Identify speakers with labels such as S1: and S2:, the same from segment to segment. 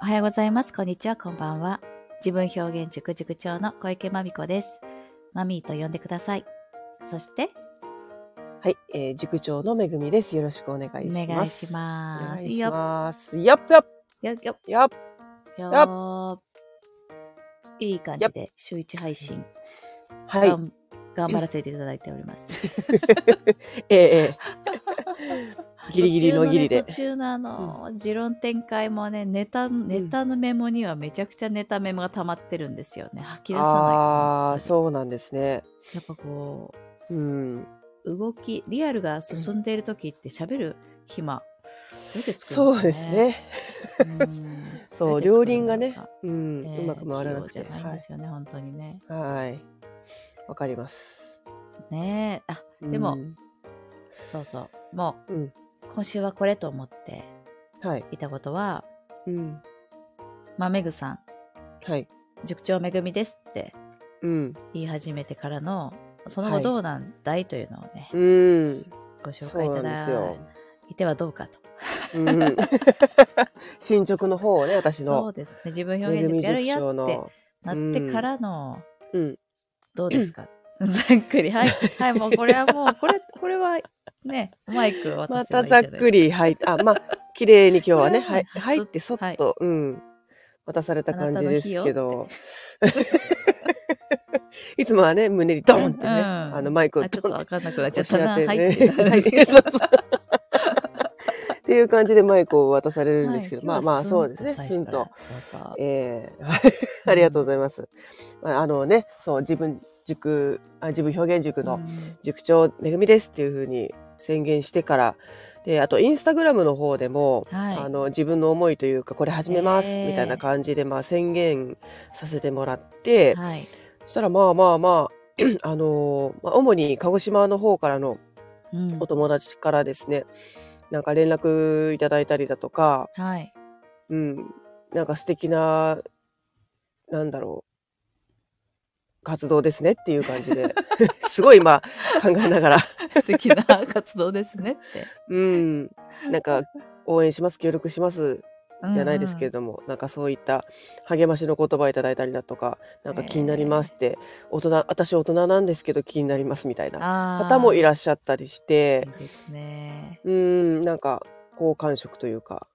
S1: はようございます。こんにちは。こんばんは。自分表現塾塾長の小池まみこです。マミーと呼んでください。そして、
S2: はい、塾長のめぐみです。よろしくお願いします。
S1: お願いします。
S2: お願いします。よっよっ
S1: よっよっ
S2: よっ
S1: よ
S2: よっ
S1: ー。いい感じで週1配信、
S2: はい。
S1: 頑張らせていただいております。
S2: ギリギリのギリで。
S1: 途中の持論展開もね、ネタのメモにはめちゃくちゃネタメモが溜まってるんですよね。吐き出さないと。
S2: ああ、そうなんですね。
S1: やっぱこ
S2: う、
S1: 動き、リアルが進んでいる時って喋る暇、どうやって作るんですかね。
S2: そうですね。そう、両輪がね、うまく回らなくて。
S1: 器用じゃないんですよね、本当にね。
S2: はい。わかります。
S1: ねえ。でも、そうそう。もう、今週はこれと思っていたことは、めぐさん、塾長めぐみですって言い始めてからの、その後どうなんだいというのをね、ご紹介いただいてはどうかと。
S2: 進捗の方をね、私の。
S1: そうですね。自分表現塾やるやってなってからの、どうですかざっくり。はい。もうこれはこれはね、マイク渡せばいいじゃないですか。
S2: またざっくり入って、綺麗に今日はね、入ってそっと、渡された感じですけど。いつもはね、胸にドーンってね、マイクをドーンって。
S1: ちょっとわかんなくなっちゃったな。
S2: 入ってっていう感じでマイクを渡されるんですけど、まあそうですね、スンと。ありがとうございます。そう、自分表現塾の塾長めぐみですっていう風に宣言してから、で、あとインスタグラムの方でも、自分の思いというか、これ始めますみたいな感じで、宣言させてもらって、そしたら主に鹿児島の方からのお友達からですね、なんか連絡いただいたりだとか、なんか素敵な、活動ですねっていう感じで、すごい今考えながら。
S1: 素敵な活動ですねって。
S2: なんか応援します、協力します。じゃないですけれども、なんかそういった励ましの言葉いただいたりだとか、なんか気になりますって、私大人なんですけど気になりますみたいな方もいらっしゃったりして、
S1: いいですね。
S2: なんか好感触というか、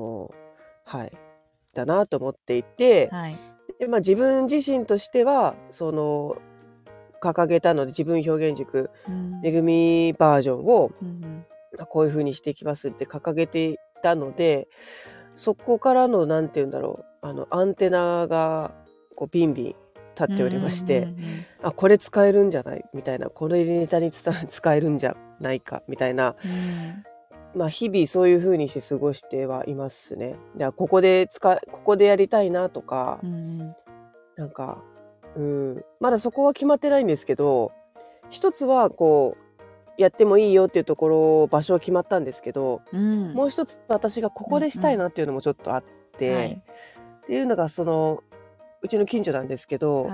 S2: だなと思っていて、で、自分自身としては、掲げたので、自分表現塾、めぐみバージョンを、こういう風にしていきますって掲げていたので、そこからの、なんて言うんだろう、アンテナが、ビンビン立っておりまして、これ使えるんじゃないみたいな、これネタに使えるんじゃないかみたいな、日々そういう風にして過ごしてはいますね。ここでやりたいなとか、なんか、まだそこは決まってないんですけど、一つはやってもいいよっていうところ、場所決まったんですけど、もう一つ私がここでしたいなっていうのもちょっとあって、っていうのがうちの近所なんですけど、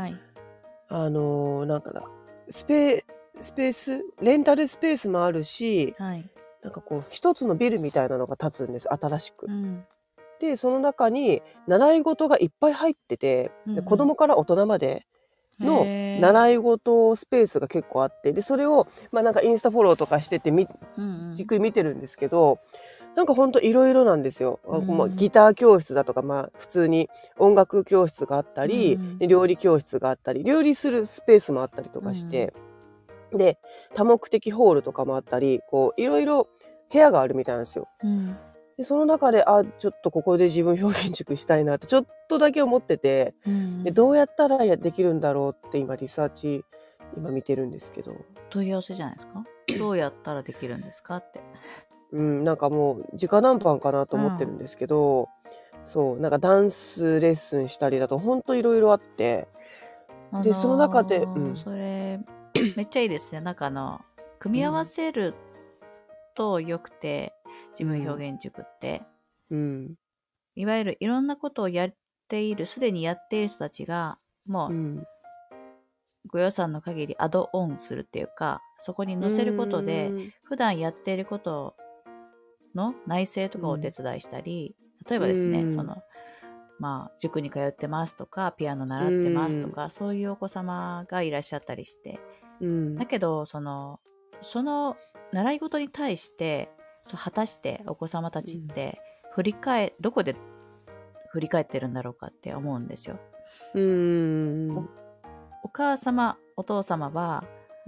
S2: スペース、レンタルスペースもあるし、なんか一つのビルみたいなのが建つんです、新しく。で、その中に習い事がいっぱい入ってて、子供から大人までの習い事スペースが結構あって、で、それを、なんかインスタフォローとかしててじっくり見てるんですけど、なんかほんといろいろなんですよ。ギター教室だとか、普通に音楽教室があったり、料理教室があったり、料理するスペースもあったりとかして、で、多目的ホールとかもあったり、いろいろ部屋があるみたいなんですよ。で、その中で、ちょっとここで自分表現塾したいなってちょっとだけ思ってて、で、どうやったらできるんだろうって今見てるんですけど。
S1: 問い合わせじゃないですか？どうやったらできるんですかって。
S2: なんかもう直談判かなと思ってるんですけど、そう、なんかダンスレッスンしたりだとほんといろいろあって、で、その中で、
S1: それ、めっちゃいいですね。なんか組み合わせると良くて、自分表現塾って、いわゆるいろんなことをやっている、すでにやっている人たちが、もう、ご予算の限りアドオンするっていうか、そこに載せることで、普段やっていることの内製とかをお手伝いしたり、例えばですね、 塾に通ってますとか、ピアノ習ってますとか、そういうお子様がいらっしゃったりして。だけど、その習い事に対して、果たしてお子様たちって、どこで振り返ってるんだろうかって思うんですよ。お母様、お父様は、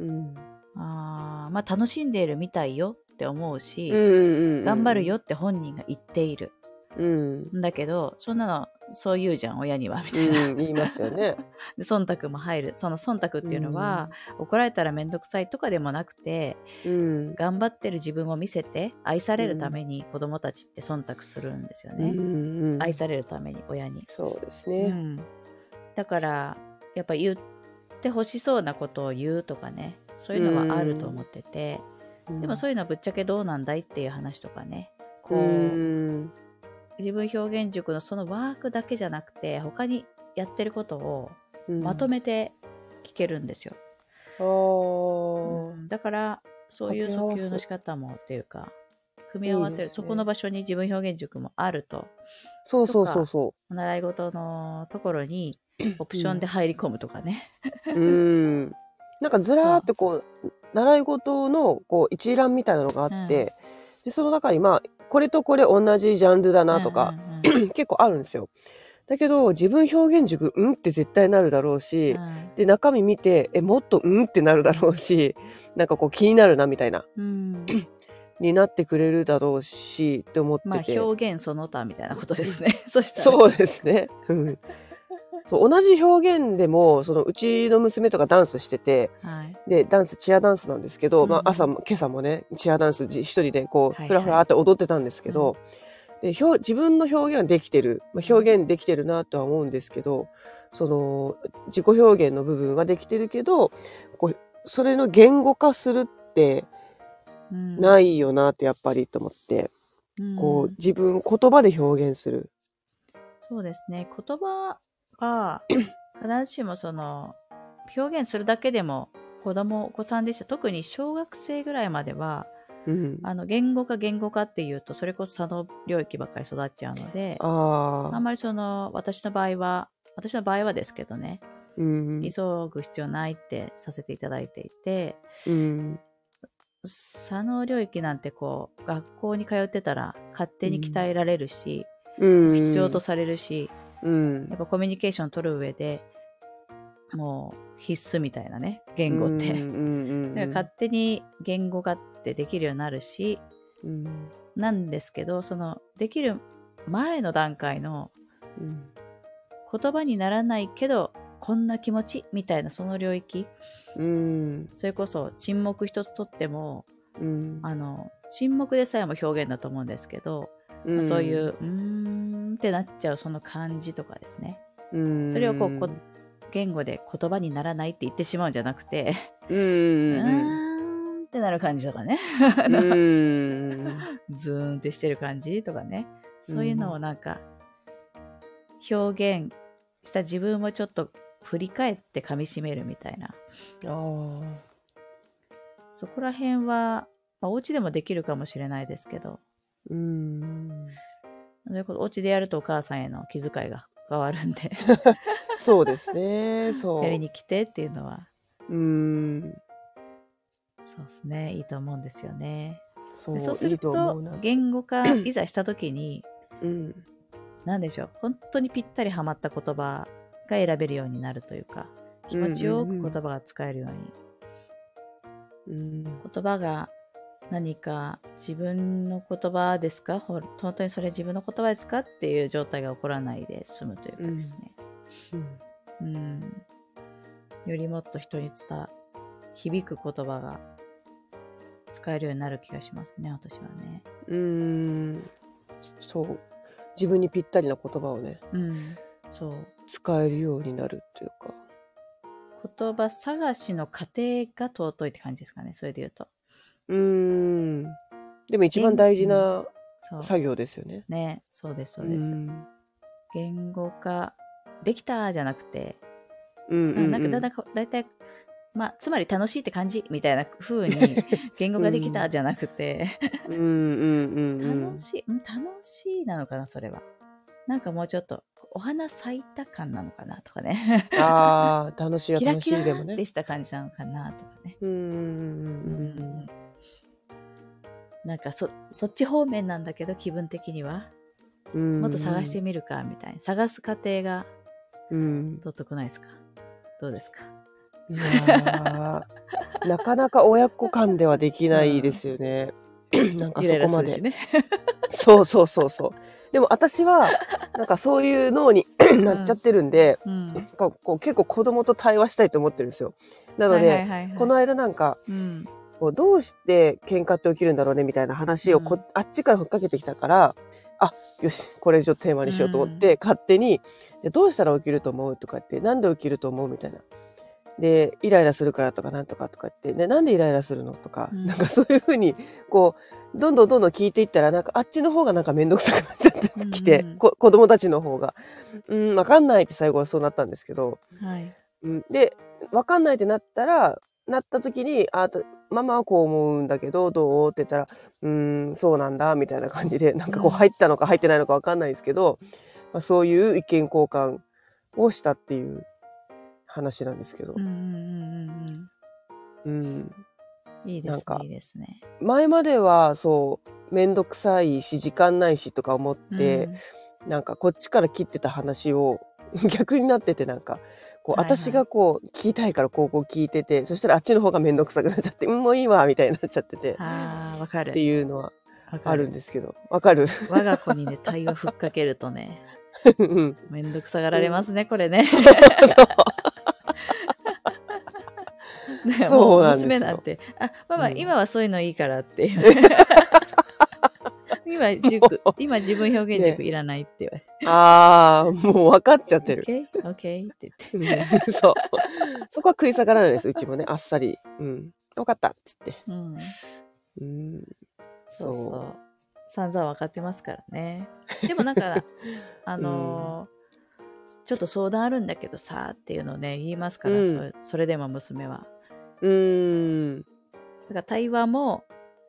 S1: 楽しんでいるみたいよって思うし、頑張るよって本人が言っている。だけど、そんなの、そう言うじゃん、親には、みたいな。
S2: 言いますよね。
S1: で、忖度も入る。その忖度っていうのは、怒られたらめんどくさいとかでもなくて、頑張ってる自分を見せて、愛されるために子供たちって忖度するんですよね。愛されるために、親に。
S2: そうですね。
S1: だから、やっぱ言ってほしそうなことを言うとかね、そういうのはあると思ってて、でもそういうのはぶっちゃけどうなんだいっていう話とかね、自分表現塾のそのワークだけじゃなくて、他にやってることをまとめて聞けるんですよ。だから、そういう訴求の仕方もっていうか、組み合わせる、そこの場所に自分表現塾もあると。
S2: そう。
S1: 習い事のところにオプションで入り込むとかね。
S2: なんかずらーって習い事の一覧みたいなのがあって、でその中にこれとこれ同じジャンルだなとか、結構あるんですよ。だけど自分表現塾って絶対なるだろうし、で中身見てもっとってなるだろうし、なんか気になるなみたいな、になってくれるだろうしって思ってて、
S1: 表現その他みたいなことですね。そした
S2: らそうですね。そう同じ表現でもうちの娘とかダンスしてて、でチアダンスなんですけど、今朝もねチアダンス一人でふらふらって踊ってたんですけど、で自分の表現はできてる、表現できてるなとは思うんですけど、その自己表現の部分はできてるけど、それの言語化するってないよなってやっぱりと思って、自分言葉で表現する。
S1: そうですね。言葉は必ずしも表現するだけでもお子さんでした。特に小学生ぐらいまでは、言語化っていうとそれこそ差の領域ばっかり育っちゃうので、あんまり私の場合はですけどね、急ぐ必要ないってさせていただいていて、差の領域なんて学校に通ってたら勝手に鍛えられるし、必要とされるし、やっぱコミュニケーション取る上でもう必須みたいなね、言語って。だから勝手に言語化ってできるようになるし、なんですけど、できる前の段階の言葉にならないけどこんな気持ちみたいなその領域、それこそ沈黙一つとっても、沈黙でさえも表現だと思うんですけど、そういうってなっちゃうその感じとかですね。それを言語で言葉にならないって言ってしまうんじゃなくて、ってなる感じとかね。ズーンってしてる感じとかね。そういうのをなんか表現した自分をちょっと振り返って噛み締めるみたいな。そこら辺は、お家でもできるかもしれないですけど。お家でやるとお母さんへの気遣いが変わるんで。
S2: そうですね。
S1: やりに来てっていうのは。そうですね。いいと思うんですよね。そうすると、言語化いざしたときに、なんでしょう。本当にぴったりはまった言葉が選べるようになるというか、気持ちよく言葉が使えるように。言葉が何か自分の言葉ですか？本当にそれ自分の言葉ですかっていう状態が起こらないで済むというかですね。よりもっと人に響く言葉が使えるようになる気がしますね、私はね。
S2: そう。自分にぴったりな言葉をね、使えるようになるっていうか。
S1: 言葉探しの過程が尊いって感じですかね、それで言うと。
S2: でも一番大事な作業ですよね。
S1: ね、そうです、そうです。言語化できたじゃなくて、なんかだいたい、つまり楽しいって感じみたいな風に言語化できたじゃなくて、楽しいなのかな、それは。 なんかもうちょっとお花咲いた感なのかなとかね。
S2: ああ、楽しいは
S1: キラ
S2: 楽し
S1: キラ
S2: いでもね。
S1: ってした感じなのかなとかね。なんかそっち方面なんだけど気分的にはもっと探してみるかみたいな探す過程がどうとくないですか？どうですか？
S2: いやなかなか親子間ではできないですよね。なんかそこまで。
S1: ね、
S2: そうそうそうそう。でも私はなんかそういう脳になっちゃってるんで、こう結構子供と対話したいと思ってるんですよ。なので、この間なんか、こうどうして喧嘩って起きるんだろうねみたいな話をあっちからふっかけてきたから、あ、よし、これ以上テーマにしようと思って、勝手にでどうしたら起きると思うとかって、なんで起きると思うみたいな。で、イライラするからとかなんとかとか言って、で、なんでイライラするのとか、なんかそういうふうに、こう、どんどん聞いていったら、なんかあっちの方がなんかめんどくさくなっちゃってきて、子供たちの方が。わかんないって最後はそうなったんですけど。で、わかんないってなった時に、ママはこう思うんだけど、どうって言ったら、そうなんだ、みたいな感じで、なんかこう入ったのか入ってないのかわかんないですけど、そういう意見交換をしたっていう話なんですけど。
S1: いいですね。なんかいいですね。
S2: 前まではそうめんどくさいし時間ないしとか思って、なんかこっちから切ってた話を逆になってて、なんかこう、私がこう聞きたいからこう聞いてて、そしたらあっちの方がめんどくさくなっちゃって、もういいわみたいになっちゃってて、
S1: わかる
S2: っていうのはあるんですけど、わかる。
S1: 我が子にね対話ふっかけるとね、めんどくさがられますね、これね。
S2: そう
S1: そうなんですよ。娘なんて、ママ、今はそういうのいいからっていう。今自分表現塾いらないって言われて。
S2: もう分かっちゃってる。
S1: OK って言って。
S2: そう。そこは食い下がらないです、うちもね。あっさり。分かったっつって。
S1: そうそう。散々分かってますからね。でもなんか、ちょっと相談あるんだけどさっていうのをね、言いますから、それでも娘は。だから対話も、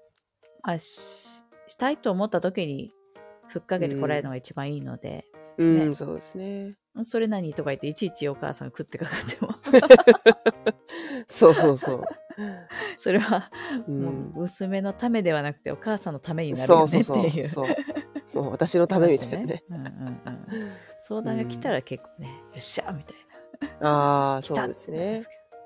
S1: したいと思った時にふっかけてこられるのが一番いいので。
S2: そうですね。
S1: それ何とか言っていちいちお母さんが食ってかかっても。
S2: そうそうそう。
S1: それはもう娘のためではなくてお母さんのためになるよねっていう。
S2: そう。もう私のためみたいなね。
S1: 相談が来たら結構ね、よっしゃみたいな。
S2: そうですね。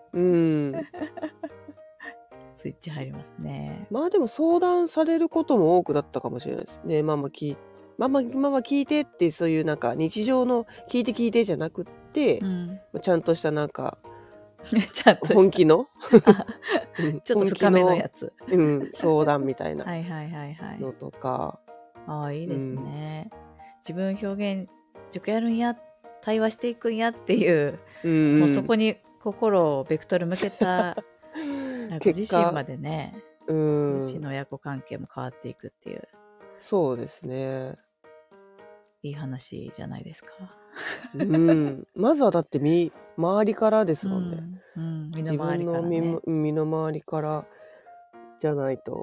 S1: スイッチ入りますね。
S2: まあでも相談されることも多くなったかもしれないですね。ママ聞いてって、そういうなんか日常の聞いてじゃなくって、ちゃんとしたなんか本気の
S1: ちょっと深めのやつ、
S2: 相談みたいなのとか。
S1: いいですね。自分表現塾やるんや、対話していくんやっていう、もうそこに心をベクトル向けたご自身までね、自身の親子関係も変わっていくっていう。
S2: そうですね。
S1: いい話じゃないですか。
S2: まずはだって周りからですもんね。自分の身の回りからじゃないと。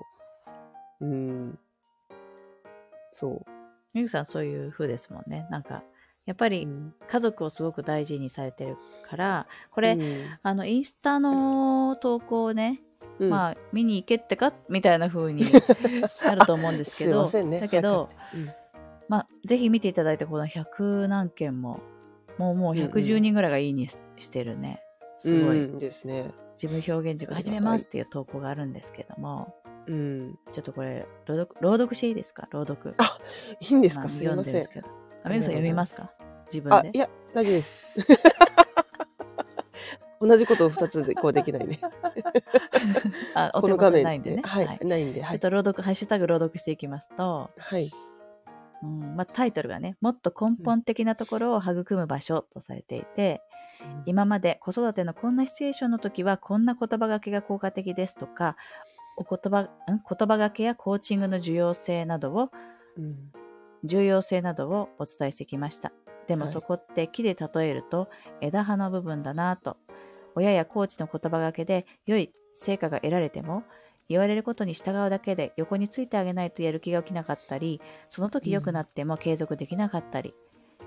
S2: そう。
S1: みゆさんそういう風ですもんね。なんかやっぱり家族をすごく大事にされてるから、これ、インスタの投稿をね、まあ見に行けってかみたいな風になると思うんですけど、だけど、まあぜひ見ていただいて、この100何件ももう110人ぐらいがいいにしてるね。すごい
S2: ですね。
S1: 自分表現塾始めますっていう投稿があるんですけども、ちょっとこれ朗読していいですか？朗読。
S2: いいんですか？すいません。
S1: めぐさん読みますか？自分で。
S2: いや、大丈夫です。同じことを2つでこうできないね。
S1: この画面ないんでね。
S2: ないんで。
S1: ハッシュタグ朗読していきますと、タイトルがね、もっと根本的なところを育む場所とされていて、今まで子育てのこんなシチュエーションの時はこんな言葉がけが効果的ですとか、言葉がけやコーチングの重要性などをお伝えしてきました。でもそこって木で例えると枝葉の部分だなぁと、親やコーチの言葉がけで良い成果が得られても、言われることに従うだけで横についてあげないとやる気が起きなかったり、その時良くなっても継続できなかったり、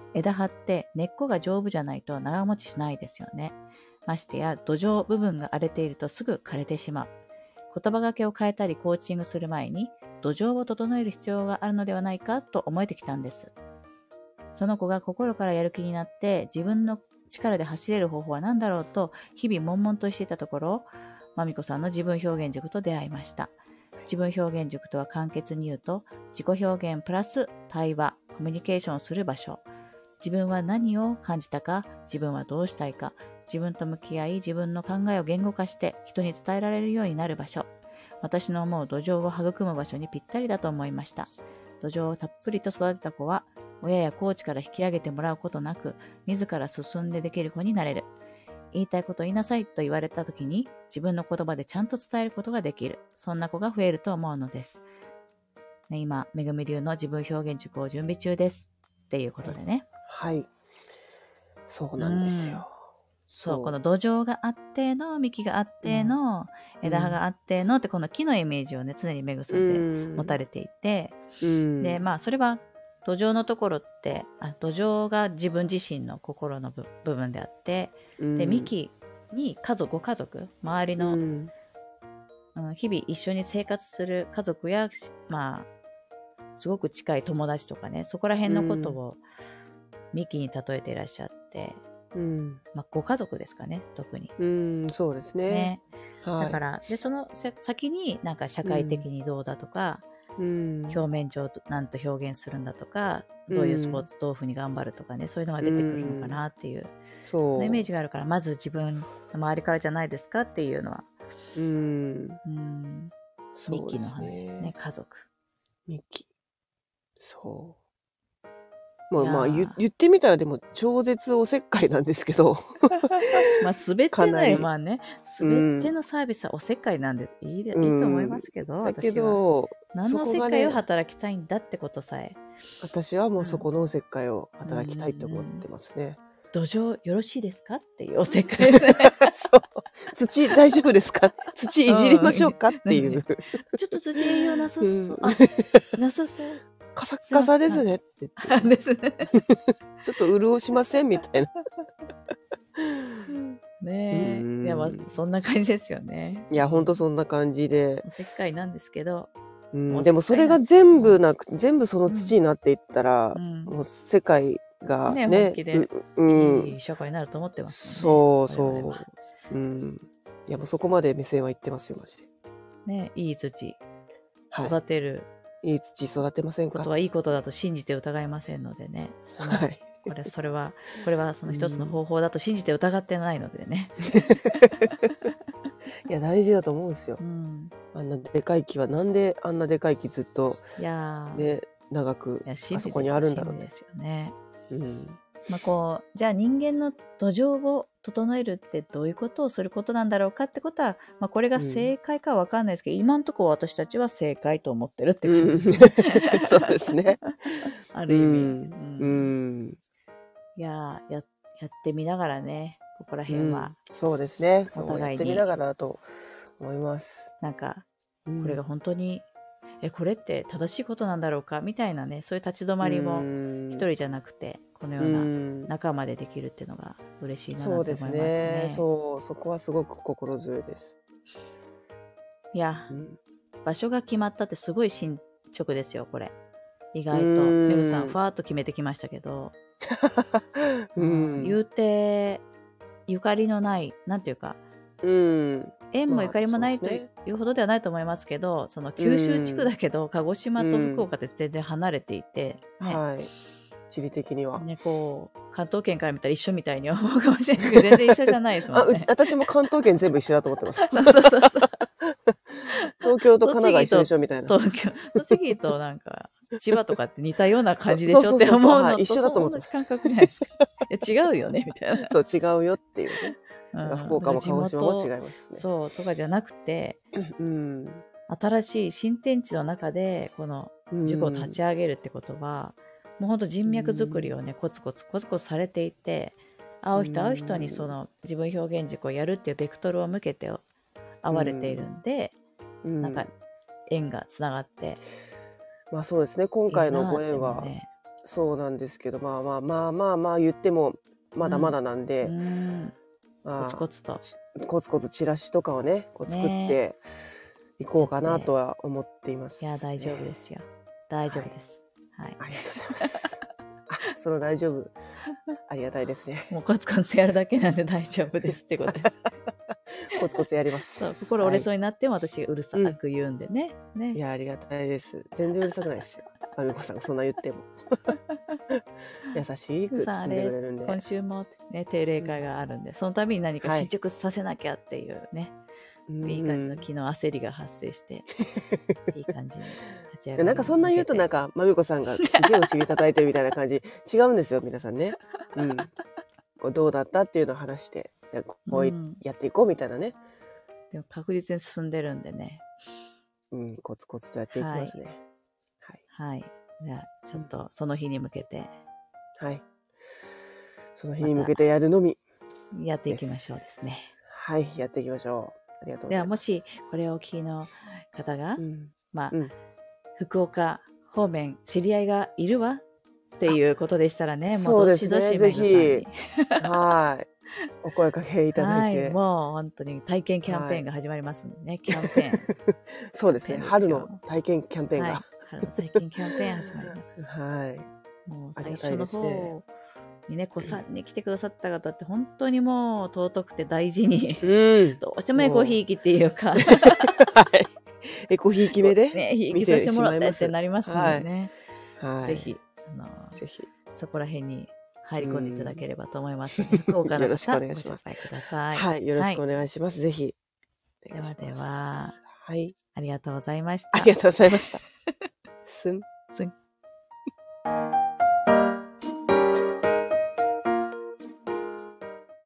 S1: 枝葉って根っこが丈夫じゃないと長持ちしないですよね。ましてや土壌部分が荒れているとすぐ枯れてしまう。言葉がけを変えたりコーチングする前に土壌を整える必要があるのではないかと思えてきたんです。その子が心からやる気になって自分の力で走れる方法は何だろうと日々悶々としていたところ、まみこさんの自分表現塾と出会いました。自分表現塾とは簡潔に言うと、自己表現プラス対話、コミュニケーションをする場所。自分は何を感じたか、自分はどうしたいか、自分と向き合い、自分の考えを言語化して人に伝えられるようになる場所。私の思う土壌を育む場所にぴったりだと思いました。土壌をたっぷりと育てた子は、親やコーチから引き上げてもらうことなく、自ら進んでできる子になれる。言いたいことを言いなさいと言われたときに、自分の言葉でちゃんと伝えることができる。そんな子が増えると思うのです。ね、今、めぐみ流の自分表現塾を準備中です。っていうことでね。
S2: はい。そうなんですよ。
S1: そう、この土壌があっての、幹があっての、枝葉があってのって、この木のイメージをね、常にめぐさんって持たれていて、で、まあ、それは、土壌のところって、土壌が自分自身の心の部分であって、で、幹にご家族、周りの、日々一緒に生活する家族や、まあ、すごく近い友達とかね、そこら辺のことを幹に例えていらっしゃって、まあ、ご家族ですかね、特に。
S2: そうですね。
S1: はい、だから、で、その先になんか社会的にどうだとか、表面上なんと表現するんだとか、どういうスポーツどういうふうに頑張るとかね、そういうのが出てくるのかなっていう、のイメージがあるから、まず自分の周りからじゃないですかっていうのは、ミキの話ですね、家族。
S2: ミキ。そう。まあ言ってみたらでも超絶おせっかいなんですけど
S1: まあ全てのまあね全てのサービスはおせっかいなんでいいと思いますけど、
S2: だけど
S1: 何のおせっかいを働きたいんだってことさえ、
S2: 私はもうそこのおせっかいを働きたいと思ってますね。
S1: 土壌よろしいですかっていうおせっかいですね
S2: そう土大丈夫ですか、土いじりましょうかっていう
S1: ちょっと土栄養なさそう、なさそう、
S2: カサッカサですねって言ってですねちょっと潤しませんみたいな
S1: ねえ、いやまあそんな感じですよね。
S2: いやほんとそんな感じで
S1: おせっかいなんですけど、
S2: でもそれが全部その土になっていったら、もう世界がね
S1: 本気でいい社会になると思ってます
S2: もんね。そういやもうそこまで目線はいってますよマジで。ね、
S1: いい土育てる、
S2: いい土育てませんか。
S1: ことはいいことだと信じて疑いませんのでね。はい。これはその一つの方法だと信じて疑ってないのでね。
S2: いや大事だと思うんですよ。あんなでかい木はなんであんなでかい木ずっとね長くあそこにあるんだろう
S1: ですよね。まあこうじゃあ人間の土壌を整えるってどういうことをすることなんだろうかってことは、まあ、これが正解かは分かんないですけど、今のところ私たちは正解と思ってるって感じですね。
S2: そうですね。
S1: ある意味。いややってみながらね、ここら辺は、
S2: そうですね。
S1: お互いに
S2: やってみながらだと思います。
S1: なんかこれが本当にこれって正しいことなんだろうかみたいなね、そういう立ち止まりも一人じゃなくてこのような仲間でできるっていうのが嬉しいなと思いますね。
S2: そうですね。そこはすごく心強いです。
S1: いや、場所が決まったってすごい進捗ですよこれ。意外とめぐさんふわっと決めてきましたけど、言うてゆかりのないなんていうか、縁もゆかりもないというほどではないと思いますけど、その九州地区だけど鹿児島と福岡って全然離れていて、
S2: 地理的には
S1: ね、こう関東圏から見たら一緒みたいに思うかもしれないけど全然一緒じゃないですもんね。
S2: 私も関東圏全部一緒だと思ってます。
S1: そう
S2: 東京と神奈川一緒でしょみたいな。
S1: 栃木となんか千葉とかって似たような感じでしょって思うのと一緒だと思って同じ感覚じゃないですか。違うよねみたいな。
S2: そう違うよっていうね。福岡も鹿児島も違いますね。
S1: そうとかじゃなくて、新しい新天地の中でこの塾を立ち上げるってことは、もうほんと人脈作りをねコツコツされていて、会う人にその自分表現塾をやるっていうベクトルを向けて会われているんで、なんか縁がつながって、
S2: まあそうですね。今回のご縁はそうなんですけど、まあ言ってもまだまだなんで、
S1: コツコツと
S2: コツコツチラシとかをねこう作っていこうかなとは思っています、
S1: いや大丈夫ですよ。大丈夫です。はい。
S2: ありがとうございます。その大丈夫ありがたいですね。
S1: もうコツコツやるだけなんで大丈夫ですってことです。
S2: コツコツやります。
S1: そう、心折れそうになっても私がうるさく言うんでね。
S2: いやありがたいです。全然うるさくないですよ。まみこさんがそんな言っても優しく包んでくれるんで。
S1: 今週もね定例会があるんで、その度に何か進捗させなきゃっていうね。いい感じの昨日焦りが発生していい感じに立ち上がる。
S2: なんかそんな言うとなんかまみこさんがすげえお尻叩いてるみたいな感じ違うんですよ皆さんね。こうどうだったっていうのを話してこうやっていこうみたいなね。
S1: でも確実に進んでるんでね。
S2: コツコツとやっていきますね。
S1: はい。じゃあちょっとその日に向けて。
S2: はい。その日に向けてやるのみ。
S1: やっていきましょうですね。
S2: はい、やっていきましょう。ありがとうございます。
S1: ではもしこれをお聞きの方が、福岡方面知り合いがいるわっていうことでしたらね、もうどしどし
S2: ぜひはいお声かけいただいて、
S1: もう本当に体験キャンペーンが始まりますんでね、キャンペーン
S2: そうですね、春の体験キャンペーンが、
S1: 春の体験キャンペーン始まります。もう最初の方にね、子さんに来てくださった方って本当にもう尊くて大事に、どうしてもエコひいきっていうか
S2: エコひいき目で
S1: ひいきさせてもらってってなりますのでね、ぜひそこら辺に入り込んでいただければと思いますので、福岡の方ご紹介ください。
S2: はい、よろしくお願いします。ぜひ。
S1: ではでは、
S2: はい、
S1: ありがとうございました。
S2: ありがとうございました。すん。